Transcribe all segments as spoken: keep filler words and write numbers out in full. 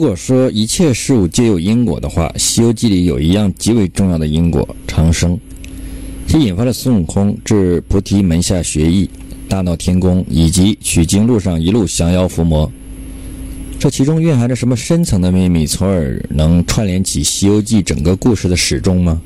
如果说一切事物皆有因果的话，《西游记》里有一样极为重要的因果——长生，其引发了孙悟空至菩提门下学艺、大闹天宫以及取经路上一路降妖伏魔。这其中蕴含着什么深层的秘密，从而能串联起《西游记》整个故事的始终吗？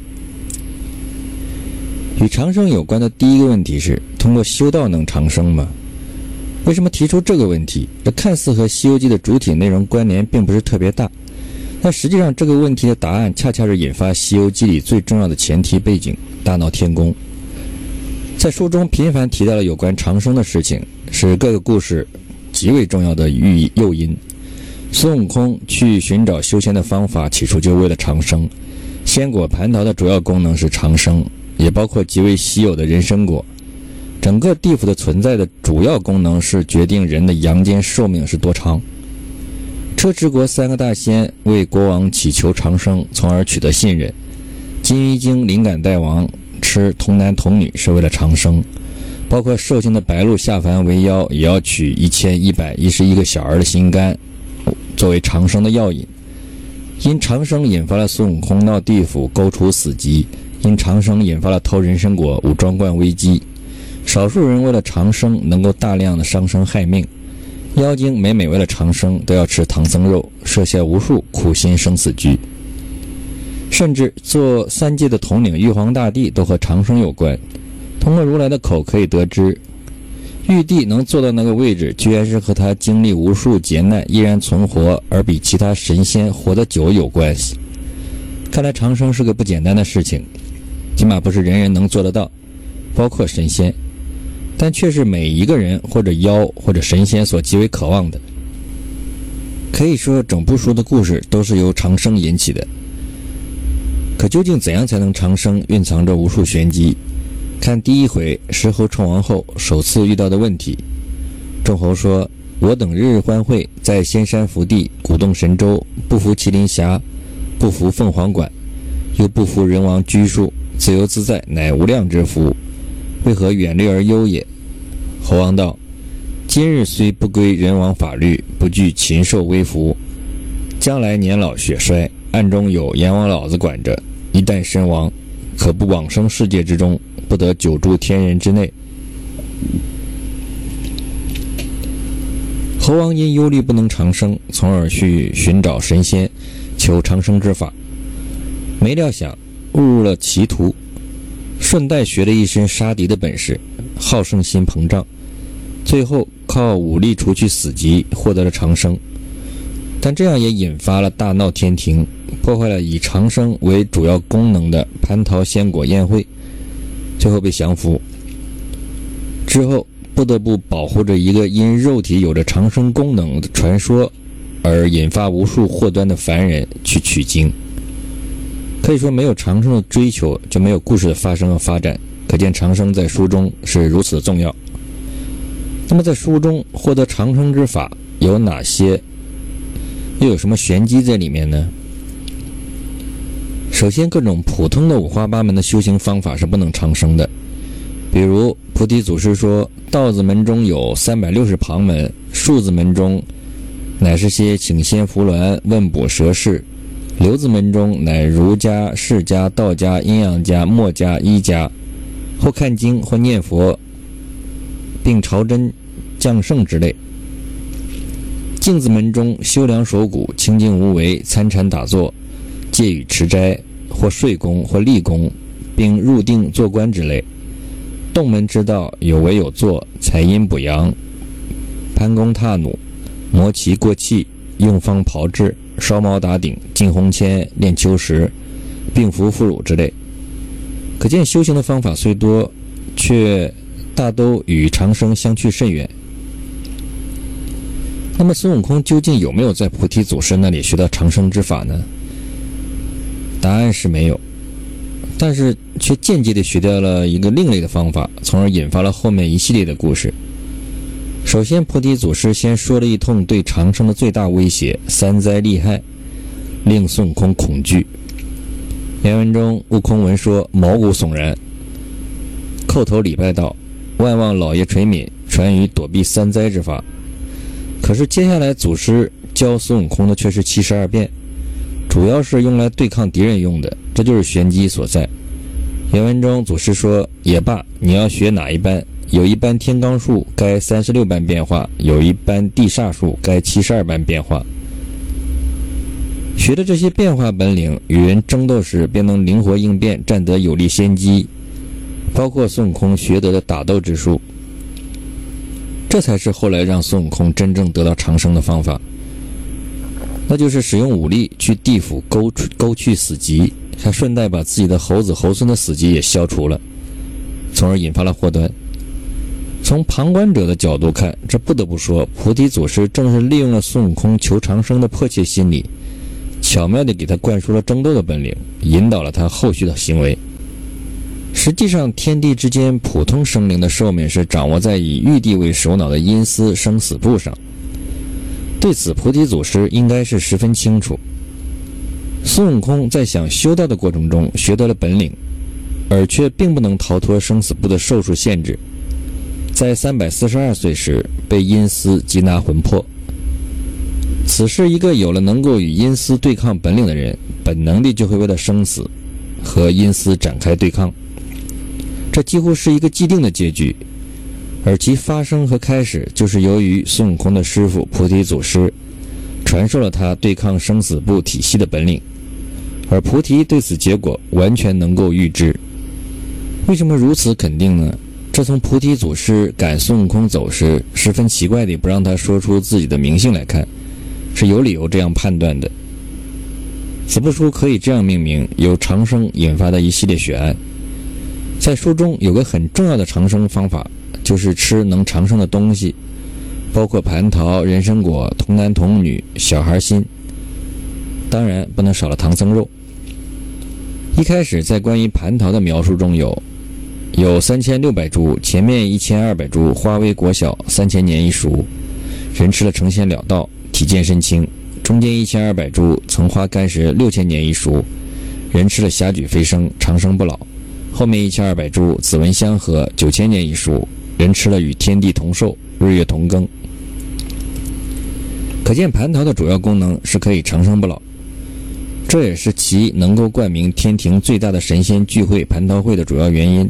与长生有关的第一个问题是：通过修道能长生吗？为什么提出这个问题？这看似和《西游记》的主体内容关联并不是特别大，但实际上这个问题的答案恰恰是引发《西游记》里最重要的前提背景——大闹天宫。在书中频繁提到了有关长生的事情，是各个故事极为重要的寓意诱因。孙悟空去寻找修仙的方法，起初就为了长生。仙果蟠桃的主要功能是长生，也包括极为稀有的人参果。整个地府的存在的主要功能是决定人的阳间寿命是多长。车迟国三个大仙为国王祈求长生，从而取得信任。金鱼精灵感大王吃童男童女是为了长生，包括寿星的白鹿下凡为妖，也要取一千一百一十一个小儿的心肝作为长生的药引。因长生引发了孙悟空闹地府勾除死机，因长生引发了偷人参果武装观危机。少数人为了长生能够大量的伤生害命，妖精每每为了长生都要吃唐僧肉，设下无数苦心生死局。甚至做三界的统领玉皇大帝都和长生有关。通过如来的口可以得知，玉帝能做到那个位置，居然是和他经历无数劫难依然存活而比其他神仙活得久有关系。看来长生是个不简单的事情，起码不是人人能做得到，包括神仙，但却是每一个人或者妖或者神仙所极为渴望的。可以说整部书的故事都是由长生引起的。可究竟怎样才能长生，蕴藏着无数玄机。看第一回石猴称王后首次遇到的问题，众猴说：我等日日欢会，在仙山福地，鼓动神州，不服麒麟峡，不服凤凰馆，又不服人王拘束，自由自在，乃无量之福，为何远虑而忧也？猴王道：今日虽不归人王法律，不惧禽兽威服，将来年老血衰，暗中有阎王老子管着，一旦身亡，可不往生世界之中，不得久住天人之内。猴王因忧虑不能长生，从而去寻找神仙求长生之法，没料想误入了歧途，顺带学了一身杀敌的本事，好胜心膨胀，最后靠武力除去死疾，获得了长生。但这样也引发了大闹天庭，破坏了以长生为主要功能的蟠桃仙果宴会，最后被降服。之后不得不保护着一个因肉体有着长生功能的传说而引发无数祸端的凡人去取经。可以说没有长生的追求，就没有故事的发生和发展，可见长生在书中是如此的重要。那么在书中获得长生之法有哪些，又有什么玄机在里面呢？首先，各种普通的五花八门的修行方法是不能长生的。比如菩提祖师说，道子门中有三百六十旁门，数字门中乃是些请仙扶鸾问卜蛇事，流子门中乃儒家、释家、道家、阴阳家、墨家、医家，或看经或念佛并朝真降圣之类。镜子门中修良守谷，清净无为，参禅打坐，戒语持斋，或睡功或立功，并入定做官之类。洞门之道有为有作，采阴补阳，攀弓踏弩，磨旗过气，用方炮制，烧毛打顶，进红铅，炼秋石，并服妇乳之类。可见修行的方法虽多，却大都与长生相去甚远。那么孙悟空究竟有没有在菩提祖师那里学到长生之法呢？答案是没有，但是却间接地学到了一个另类的方法，从而引发了后面一系列的故事。首先，菩提祖师先说了一通对长生的最大威胁三灾利害，令孙悟空恐惧。原文中悟空闻说毛骨悚然，叩头礼拜道：万望老爷垂悯，传于躲避三灾之法。可是接下来祖师教孙悟空的却是七十二变，主要是用来对抗敌人用的，这就是玄机所在。原文中祖师说，也罢，你要学哪一般？有一般天罡术该三十六般变化，有一般地煞术该七十二般变化。学的这些变化本领，与人争斗时便能灵活应变，占得有利先机，包括孙悟空学得的打斗之术。这才是后来让孙悟空真正得到长生的方法，那就是使用武力去地府勾勾去死疾，还顺带把自己的猴子猴孙的死疾也消除了，从而引发了祸端。从旁观者的角度看，这不得不说，菩提祖师正是利用了孙悟空求长生的迫切心理，巧妙地给他灌输了争斗的本领，引导了他后续的行为。实际上，天地之间普通生灵的寿命是掌握在以玉帝为首脑的阴司生死簿上，对此菩提祖师应该是十分清楚。孙悟空在想修道的过程中学得了本领，而却并不能逃脱生死簿的寿数限制，在三百四十二岁时被阴司缉拿魂魄。此时一个有了能够与阴司对抗本领的人，本能地就会为了生死和阴司展开对抗，这几乎是一个既定的结局。而其发生和开始，就是由于孙悟空的师父菩提祖师传授了他对抗生死簿体系的本领，而菩提对此结果完全能够预知。为什么如此肯定呢？这从菩提祖师赶孙悟空走时十分奇怪地不让他说出自己的名姓来看，是有理由这样判断的。此部书可以这样命名：由长生引发的一系列血案。在书中有个很重要的长生方法，就是吃能长生的东西，包括蟠桃、人参果、童男童女、小孩心，当然不能少了唐僧肉。一开始在关于蟠桃的描述中有有三千六百株，前面一千二百株，花微果小，三千年一熟，人吃了成仙了道，体健身轻；中间一千二百株，层花干时，六千年一熟，人吃了霞举飞升，长生不老；后面一千二百株，子闻相合，九千年一熟，人吃了与天地同寿，日月同庚。可见蟠桃的主要功能是可以长生不老，这也是其能够冠名天庭最大的神仙聚会蟠桃会的主要原因。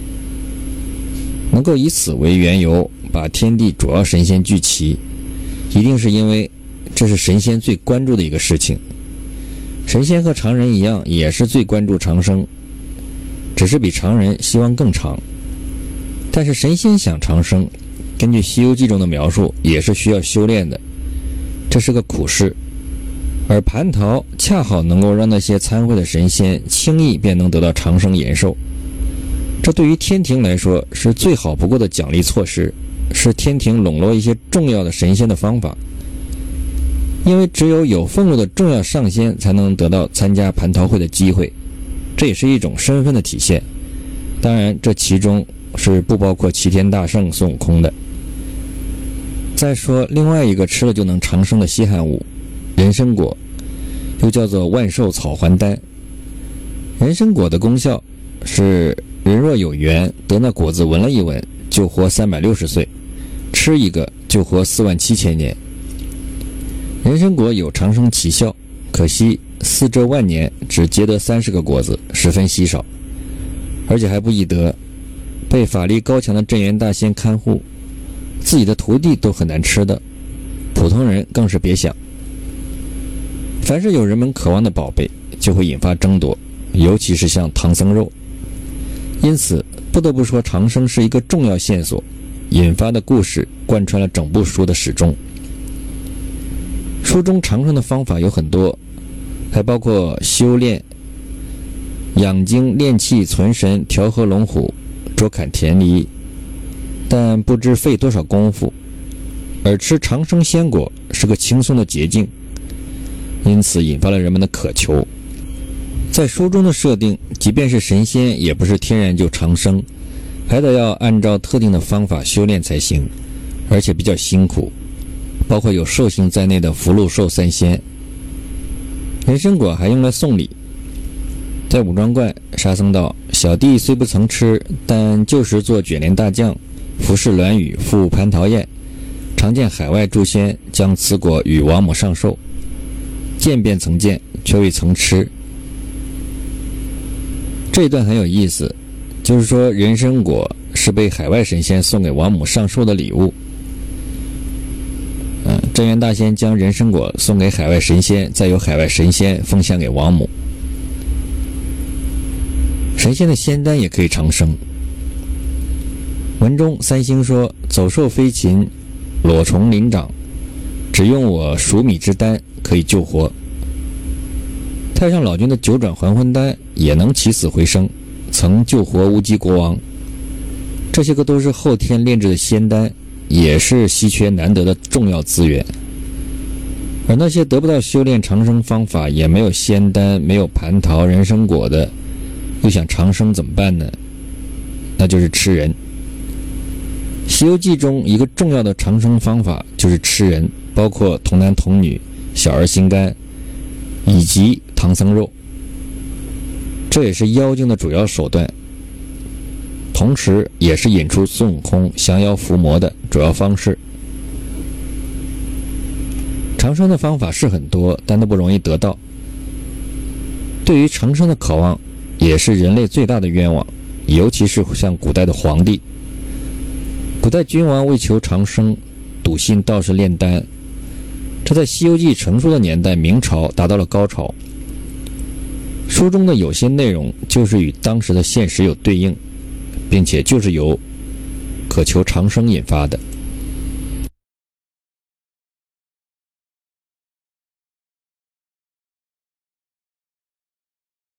能够以此为缘由把天地主要神仙聚齐，一定是因为这是神仙最关注的一个事情。神仙和常人一样，也是最关注长生，只是比常人希望更长。但是神仙想长生，根据《西游记》中的描述，也是需要修炼的，这是个苦事。而蟠桃恰好能够让那些参会的神仙轻易便能得到长生延寿，这对于天庭来说是最好不过的奖励措施，是天庭笼络一些重要的神仙的方法。因为只有有俸禄的重要上仙才能得到参加蟠桃会的机会，这也是一种身份的体现。当然这其中是不包括齐天大圣孙悟空的。再说另外一个吃了就能长生的稀罕物，人参果，又叫做万寿草还丹。人参果的功效是人若有缘得那果子闻了一闻，就活三百六十岁，吃一个就活四万七千年。人参果有长生奇效，可惜四这万年只结得三十个果子，十分稀少，而且还不易得，被法力高强的镇元大仙看护，自己的徒弟都很难吃的，普通人更是别想。凡是有人们渴望的宝贝，就会引发争夺，尤其是像唐僧肉。因此不得不说，长生是一个重要线索，引发的故事贯穿了整部书的始终。书中长生的方法有很多，还包括修炼、养精炼气、存神、调和龙虎、捉砍田狸，但不知费多少功夫。而吃长生仙果是个轻松的捷径，因此引发了人们的渴求。在书中的设定，即便是神仙也不是天然就长生，还得要按照特定的方法修炼才行，而且比较辛苦，包括有寿星在内的福禄寿三仙。人参果还用来送礼。在武装观，沙僧道：小弟虽不曾吃，但旧时做卷帘大将，服侍栾宇赴蟠桃宴， 常见海外诸仙将此果与王母上寿，见便曾见，却未曾吃。这一段很有意思，就是说人参果是被海外神仙送给王母上寿的礼物。嗯，镇元大仙将人参果送给海外神仙，再由海外神仙奉献给王母。神仙的仙丹也可以长生。文中三星说：走兽飞禽，裸虫灵长，只用我数米之丹可以救活。太上老君的九转还魂丹也能起死回生，曾救活乌鸡国王。这些个都是后天炼制的仙丹，也是稀缺难得的重要资源。而那些得不到修炼长生方法，也没有仙丹，没有蟠桃人参果的，又想长生怎么办呢？那就是吃人。西游记中一个重要的长生方法就是吃人，包括童男童女、小儿心肝以及唐僧肉，这也是妖精的主要手段，同时也是引出孙悟空降妖伏魔的主要方式。长生的方法是很多，但都不容易得到。对于长生的渴望也是人类最大的愿望，尤其是像古代的皇帝。古代君王为求长生，笃信道士炼丹，这在《西游记》成书的年代，明朝达到了高潮。书中的有些内容就是与当时的现实有对应，并且就是由渴求长生引发的。